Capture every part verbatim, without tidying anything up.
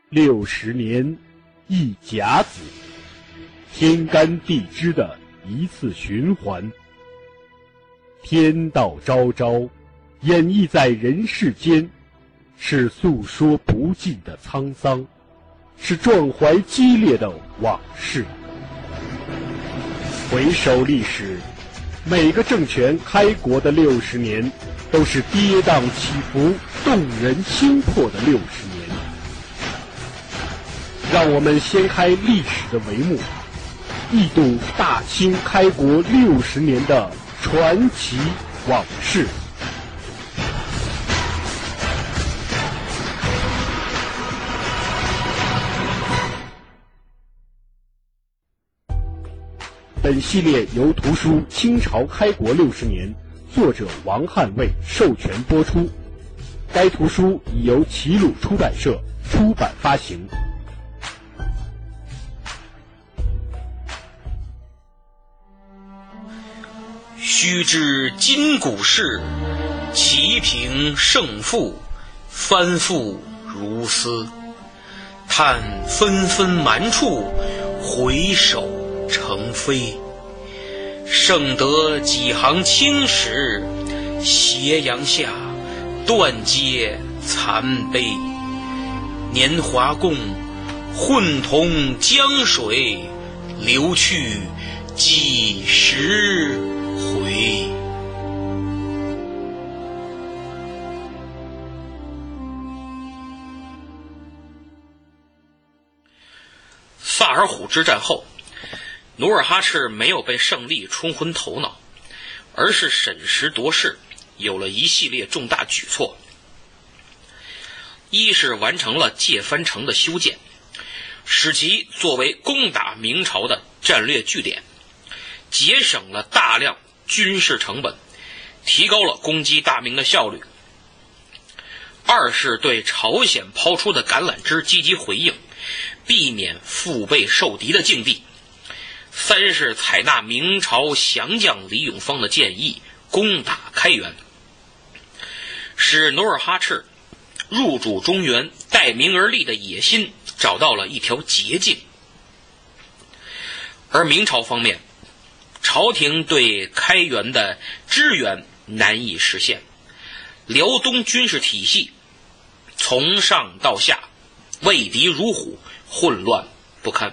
六十年一甲子，天干地支的一次循环。天道昭昭，演绎在人世间，是诉说不尽的沧桑，是壮怀激烈的往事。回首历史，每个政权开国的六十年，都是跌宕起伏、动人心魄的六十年。让我们掀开历史的帷幕，一睹大清开国六十年的传奇往事。本系列由图书《清朝开国六十年》作者王汉卫授权播出，该图书已由齐鲁出版社出版发行。 须知今古事，齐平胜负，翻覆如丝。叹纷纷蛮处，回首成飞。剩得几行青史，斜阳下，断阶残碑。年华共，混同江水，流去几十回。萨尔浒之战后，努尔哈赤没有被胜利冲昏头脑，而是审时度势，有了一系列重大举措。一是完成了界藩城的修建，使其作为攻打明朝的战略据点，节省了大量军事成本，提高了攻击大明的效率。二是对朝鲜抛出的橄榄枝积极回应，避免腹背受敌的境地。三是采纳明朝降将李永芳的建议，攻打开元，使努尔哈赤入主中原待明而立的野心找到了一条捷径。而明朝方面，朝廷对开元的支援难以实现，辽东军事体系从上到下畏敌如虎，混乱不堪。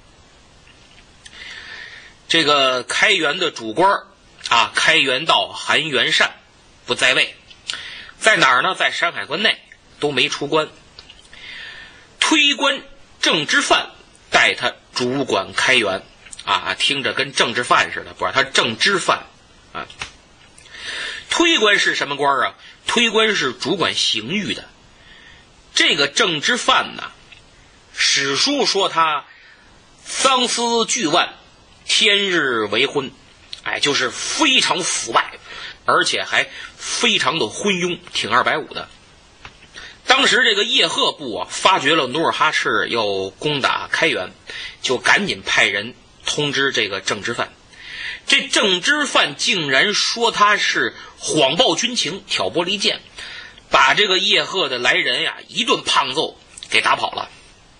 这个开元的主官啊，开元道韩元善不在位，在哪儿呢？在山海关内，都没出关。推官郑之范带他主管开元啊，听着跟政治犯似的，不是，他郑之范啊。推官是什么官啊？推官是主管刑狱的。这个郑之范呢，史书说他丧思巨万，天日为昏，哎，就是非常腐败，而且还非常的昏庸，挺二百五的。当时这个叶赫部啊，发觉了努尔哈赤要攻打开元，就赶紧派人通知这个郑之范。这郑之范竟然说他是谎报军情，挑拨离间，把这个叶赫的来人呀一顿胖揍，给打跑了。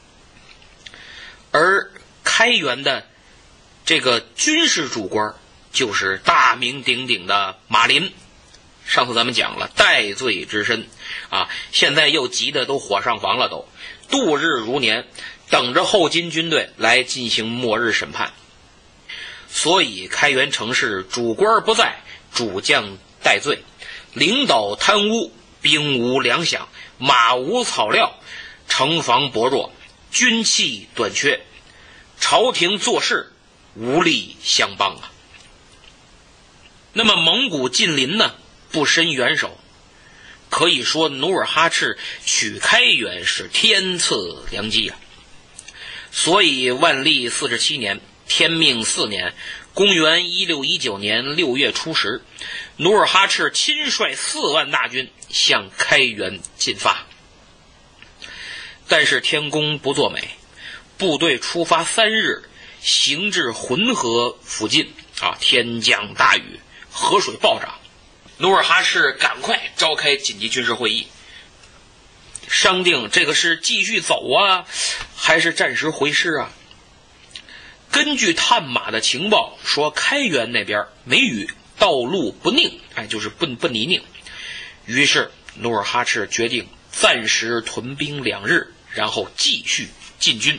而开元的这个军事主官就是大名鼎鼎的马林，上次咱们讲了戴罪之身啊，现在又急得都火上房了，都度日如年，等着后金军队来进行末日审判。所以开元城市主官不在，主将戴罪，领导贪污，兵无粮饷，马无草料，城防薄弱，军器短缺，朝廷做事无力相帮啊。那么蒙古近邻呢，不伸援手，可以说努尔哈赤取开元是天赐良机啊。所以万历四十七年，天命四年，公元一六一九年六月初十，努尔哈赤亲率四万大军向开元进发。但是天公不作美，部队出发三日，行至浑河附近啊，天降大雨，河水暴涨。努尔哈赤赶快召开紧急军事会议， 商定这个是继续走啊，还是暂时回师啊？根据探马的情报说，开原那边梅雨，道路不宁，哎，就是不不泥泞。于是努尔哈赤决定暂时屯兵两日，然后继续进军。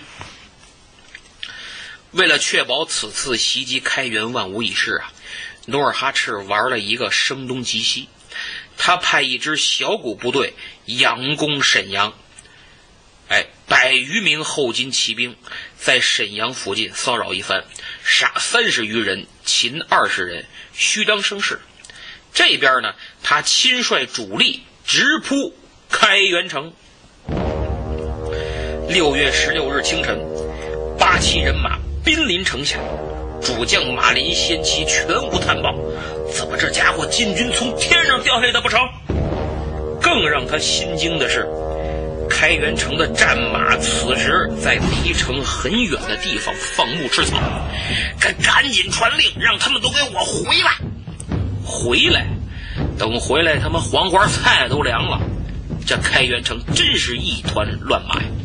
为了确保此次袭击开原万无一失啊，努尔哈赤玩了一个声东击西，他派一支小股部队佯攻沈阳。哎，百余名后金骑兵在沈阳附近骚扰一番，杀三十余人，擒二十人，虚张声势。这边呢，他亲率主力直扑开原城。六月十六日清晨，八旗人马兵临城下，主将马林先期全无探报，怎么这家伙金军从天上掉下来的不成？更让他心惊的是，开原城的战马此时在离城很远的地方放牧吃草，该赶紧传令，让他们都给我回来！回来，等回来，他们黄花菜都凉了。这开原城真是一团乱麻呀！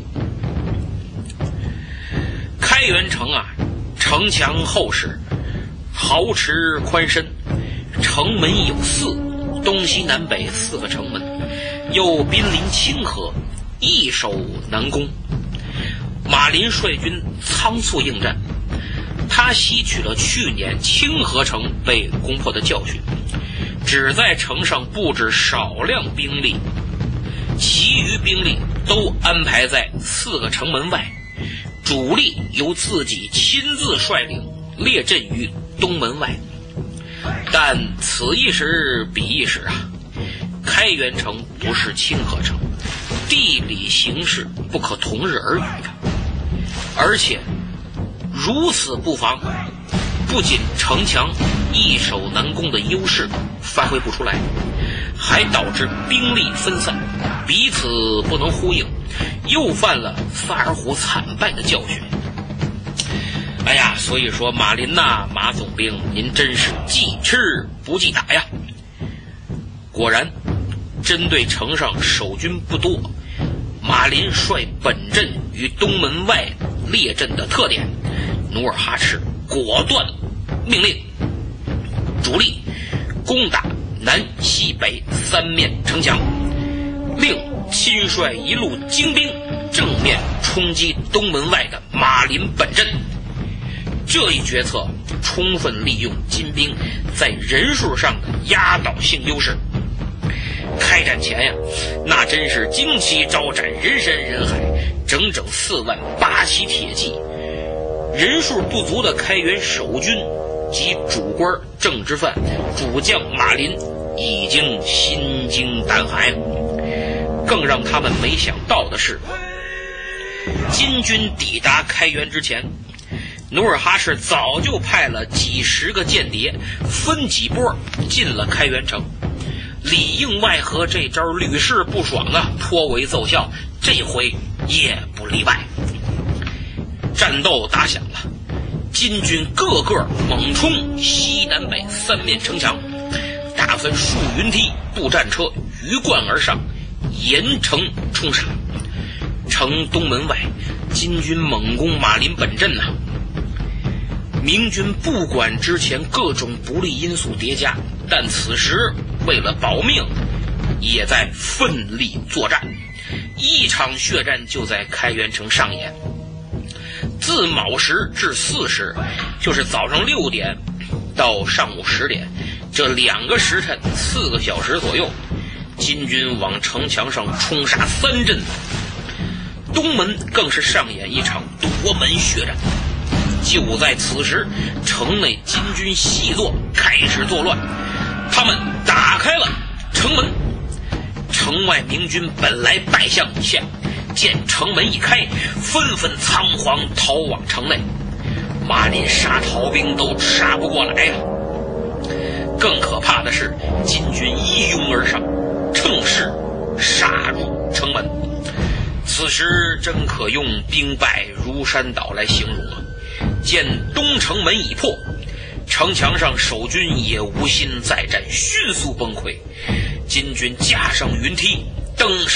开原城啊，城墙厚实，壕池宽深，城门有四，东西南北四个城门，又濒临清河，易守难攻。马林率军仓促应战，他吸取了去年清河城被攻破的教训，只在城上布置少量兵力，其余兵力都安排在四个城门外，主力由自己亲自率领列阵于东门外。但此一时彼一时啊，开原城不是清河城，地理形势不可同日而语啊！而且如此布防，不仅城墙易守难攻的优势发挥不出来，还导致兵力分散，彼此不能呼应，又犯了萨尔浒惨败的教训。哎呀，所以说马林呐，马总兵，您真是记吃不记打呀！果然，针对城上守军不多，马林率本阵于东门外列阵的特点，努尔哈赤果断命令主力攻打南西北三面城墙，令亲率一路精兵正面冲击东门外的马林本阵。这一决策充分利用金兵在人数上的压倒性优势。开战前呀，那真是旌旗招展，人山人海，整整四万八旗铁骑。人数不足的开原守军及主官政治犯主将马林已经心惊胆寒。更让他们没想到的是，金军抵达开原之前，努尔哈赤早就派了几十个间谍分几波进了开原城。里应外合这招屡试不爽啊，颇为奏效，这回也不例外。战斗打响了，金军个个猛冲西南北三面城墙，打算竖云梯步战车鱼贯而上，沿城冲杀。城东门外，金军猛攻马林本阵呐、啊。明军不管之前各种不利因素叠加，但此时为了保命，也在奋力作战。一场血战就在开原城上演。自卯时至巳时，就是早上六点到上午十点，这两个时辰四个小时左右，金军往城墙上冲杀三阵，东门更是上演一场夺门血战。就在此时，城内金军细作开始作乱，他们打开了城门。城外明军本来败相已现，见城门一开，纷纷仓皇逃往城内。马林杀逃兵都杀不过来呀、啊！更可怕的是，金军一拥而上，乘势杀入城门。此时真可用兵败如山倒来形容啊！见东城门已破，城墙上守军也无心再战，迅速崩溃。金军架上云梯，登上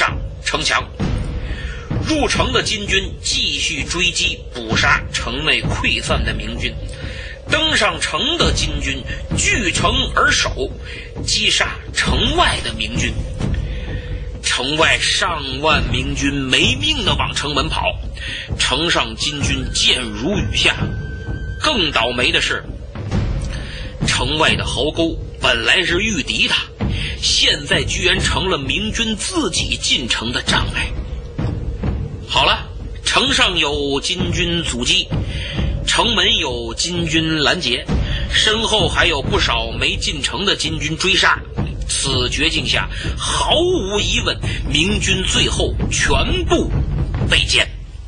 城墙。入城的金军继续追击捕杀城内溃散的明军，登上城的金军据城而守，击杀城外的明军。城外上万明军没命地往城门跑，城上金军箭如雨下。更倒霉的是，城外的壕沟本来是御敌的，现在居然成了明军自己进城的障碍。好了，城上有金军阻击，城门有金军拦截，身后还有不少没进城的金军追杀。此绝境下，毫无疑问，明军最后全部被歼。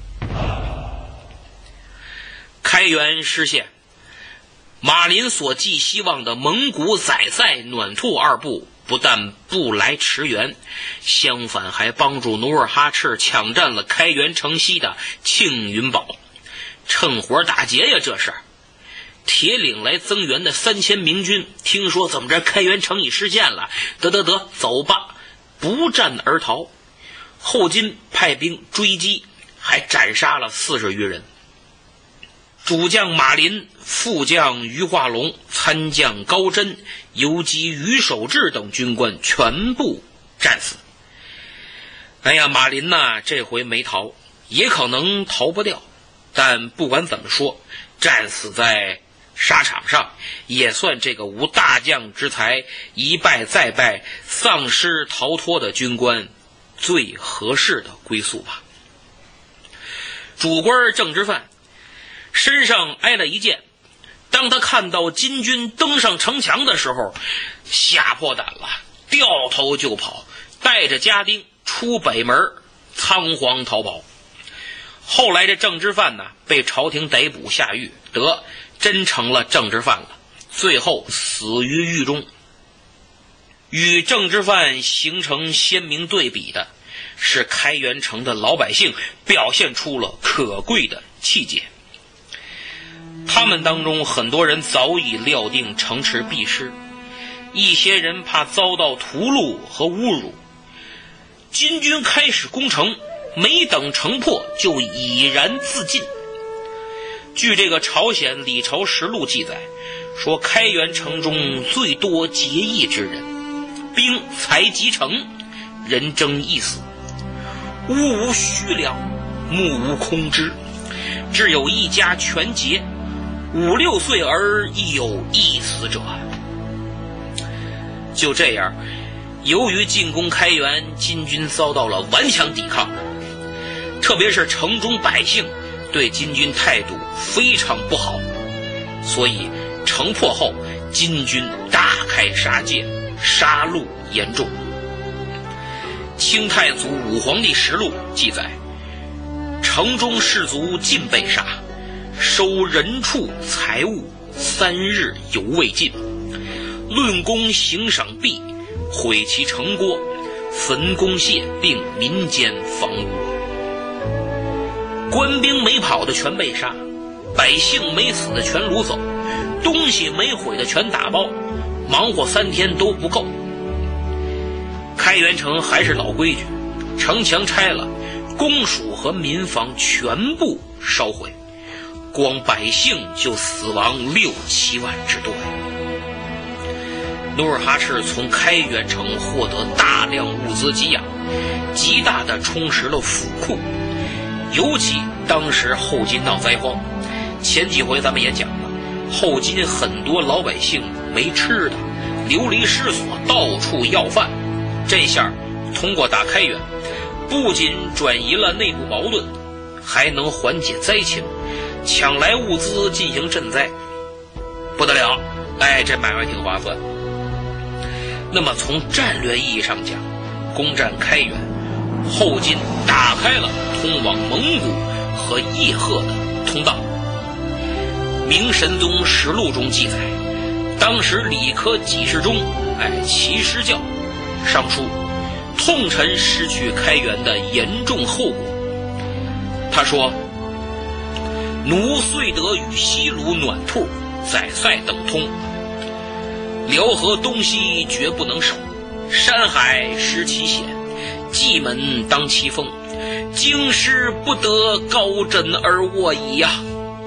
开元失陷，马林所寄希望的蒙古宰塞暖兔二部不但不来驰援，相反还帮助努尔哈赤抢占了开元城西的庆云堡，趁火打劫呀！这是铁岭来增援的三千明军，听说怎么着开元城已失陷了，得得得，走吧，不战而逃。后金派兵追击，还斩杀了四十余人。主将马林、副将于化龙、参将高真、游击于守志等军官全部战死。哎呀，马林呐，这回没逃，也可能逃不掉，但不管怎么说，战死在沙场上，也算这个无大将之才，一败再败，丧失逃脱的军官最合适的归宿吧。主官郑之范身上挨了一箭，当他看到金军登上城墙的时候，吓破胆了，掉头就跑，带着家丁出北门，仓皇逃跑。后来这郑之范呢，被朝廷逮捕下狱，得真成了郑之范了，最后死于狱中。与郑之范形成鲜明对比的是，开元城的老百姓表现出了可贵的气节。他们当中很多人早已料定城池必失，一些人怕遭到屠戮和侮辱，金军开始攻城，没等城破就已然自尽。据这个朝鲜李朝实录记载，说开元城中最多结义之人，兵财集成，人争一死，屋无虚粮，目无空枝，只有一家全结，五六岁儿亦有一死者。就这样，由于进攻开元，金军遭到了顽强抵抗，特别是城中百姓对金军态度非常不好，所以城破后，金军大开杀戒，杀戮严重。清太祖武皇帝实录记载，城中士卒尽被杀，收人畜财物三日犹未尽，论功行赏币，毁其城郭，焚宫械，并民间房屋。官兵没跑的全被杀，百姓没死的全掳走，东西没毁的全打包，忙活三天都不够。开元城还是老规矩，城墙拆了，公署和民房全部烧毁，光百姓就死亡六七万之多呀。努尔哈赤从开元城获得大量物资给养，极大地充实了府库。尤其当时后金闹灾荒，前几回咱们也讲了，后金很多老百姓没吃的，流离失所，到处要饭。这下通过打开元，不仅转移了内部矛盾，还能缓解灾情，抢来物资进行赈灾，不得了！哎，这买卖挺划算。那么从战略意义上讲，攻占开元，后金打开了通往蒙古和叶赫的通道。明神宗实录中记载，当时理科给事中，哎，齐师教上书，痛陈失去开元的严重后果。他说：“奴遂得与西鲁暖兔、宰塞等通，辽河东西绝不能守，山海失其险， 蓟门当其锋，京师不得高枕而卧矣呀。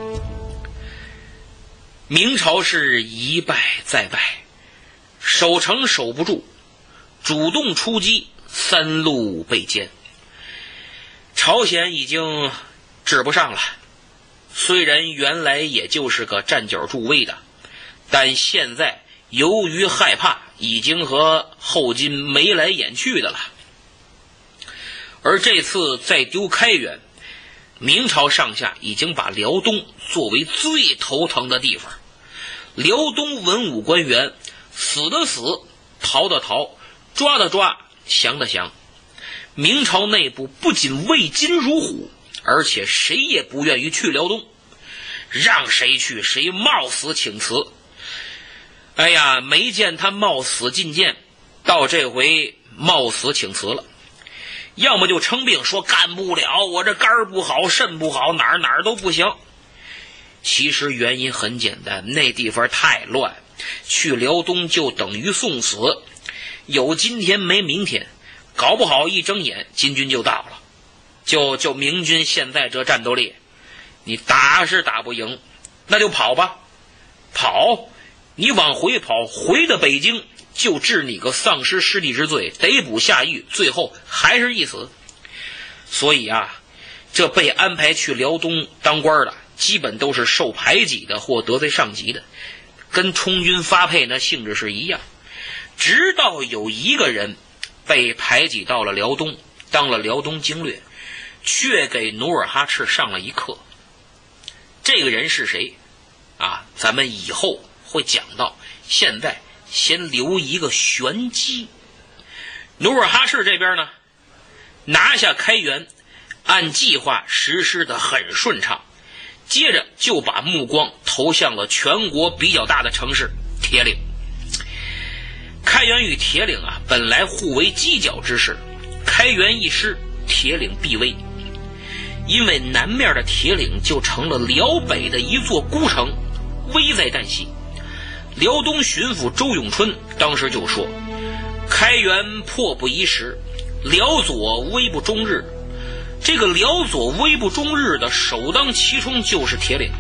明朝是一败再败，守城守不住，主动出击，三路被歼，朝鲜已经治不上了。虽然原来也就是个站脚助威的，但现在由于害怕，已经和后金眉来眼去的了。而这次再丢开原，明朝上下已经把辽东作为最头疼的地方。辽东文武官员死的死，逃的逃，抓的抓，降的降。明朝内部不仅畏金如虎，而且谁也不愿意去辽东，让谁去谁冒死请辞。哎呀，没见他冒死进谏，到这回冒死请辞了。要么就称病说干不了，我这肝不好肾不好，哪儿哪儿都不行。其实原因很简单，那地方太乱，去辽东就等于送死，有今天没明天，搞不好一睁眼金军就到了。就就明军现在这战斗力，你打是打不赢，那就跑吧。跑你往回跑，回到北京就治你个丧失失地之罪，逮捕下狱，最后还是一死。所以啊，这被安排去辽东当官的基本都是受排挤的或得罪上级的，跟充军发配那性质是一样。直到有一个人被排挤到了辽东，当了辽东经略，却给努尔哈赤上了一课。这个人是谁啊？咱们以后会讲到，现在先留一个玄机。努尔哈赤这边呢，拿下开原，按计划实施得很顺畅，接着就把目光投向了全国比较大的城市铁岭。开原与铁岭啊，本来互为犄角之势，开原一失，铁岭必危。因为南面的铁岭就成了辽北的一座孤城，危在旦夕。辽东巡抚周永春当时就说，开原迫不宜时，辽左危不终日。这个辽左危不终日的首当其冲就是铁岭。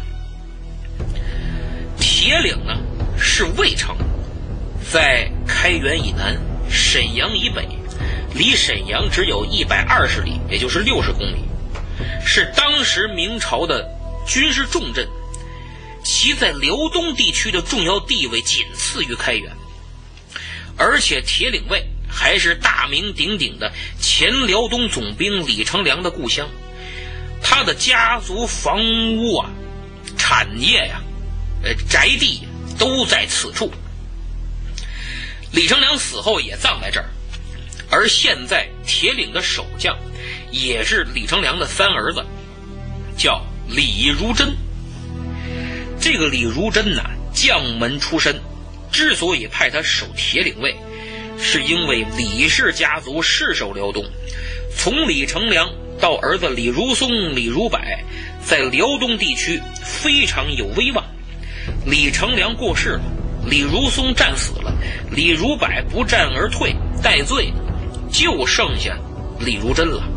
铁岭呢是卫城，在开原以南，沈阳以北，离沈阳只有一百二十里，也就是六十公里，是当时明朝的军事重镇，其在辽东地区的重要地位仅次于开原。而且铁岭卫还是大名鼎鼎的前辽东总兵李成梁的故乡，他的家族房屋啊、产业呀、呃、宅地都在此处。李成梁死后也葬在这儿，而现在铁岭的守将也是李成梁的三儿子，叫李如珍。这个李如珍呢，将门出身，之所以派他守铁岭卫，是因为李氏家族世守辽东，从李成梁到儿子李如松、李如柏，在辽东地区非常有威望。李成梁过世了，李如松战死了，李如柏不战而退，戴罪，就剩下李如珍了。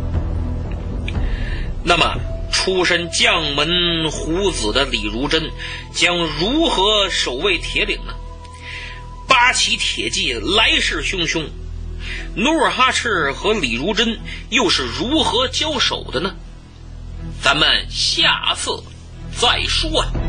那么出身将门虎子的李如珍将如何守卫铁岭呢？八旗铁骑来势汹汹，努尔哈赤和李如珍又是如何交手的呢？咱们下次再说。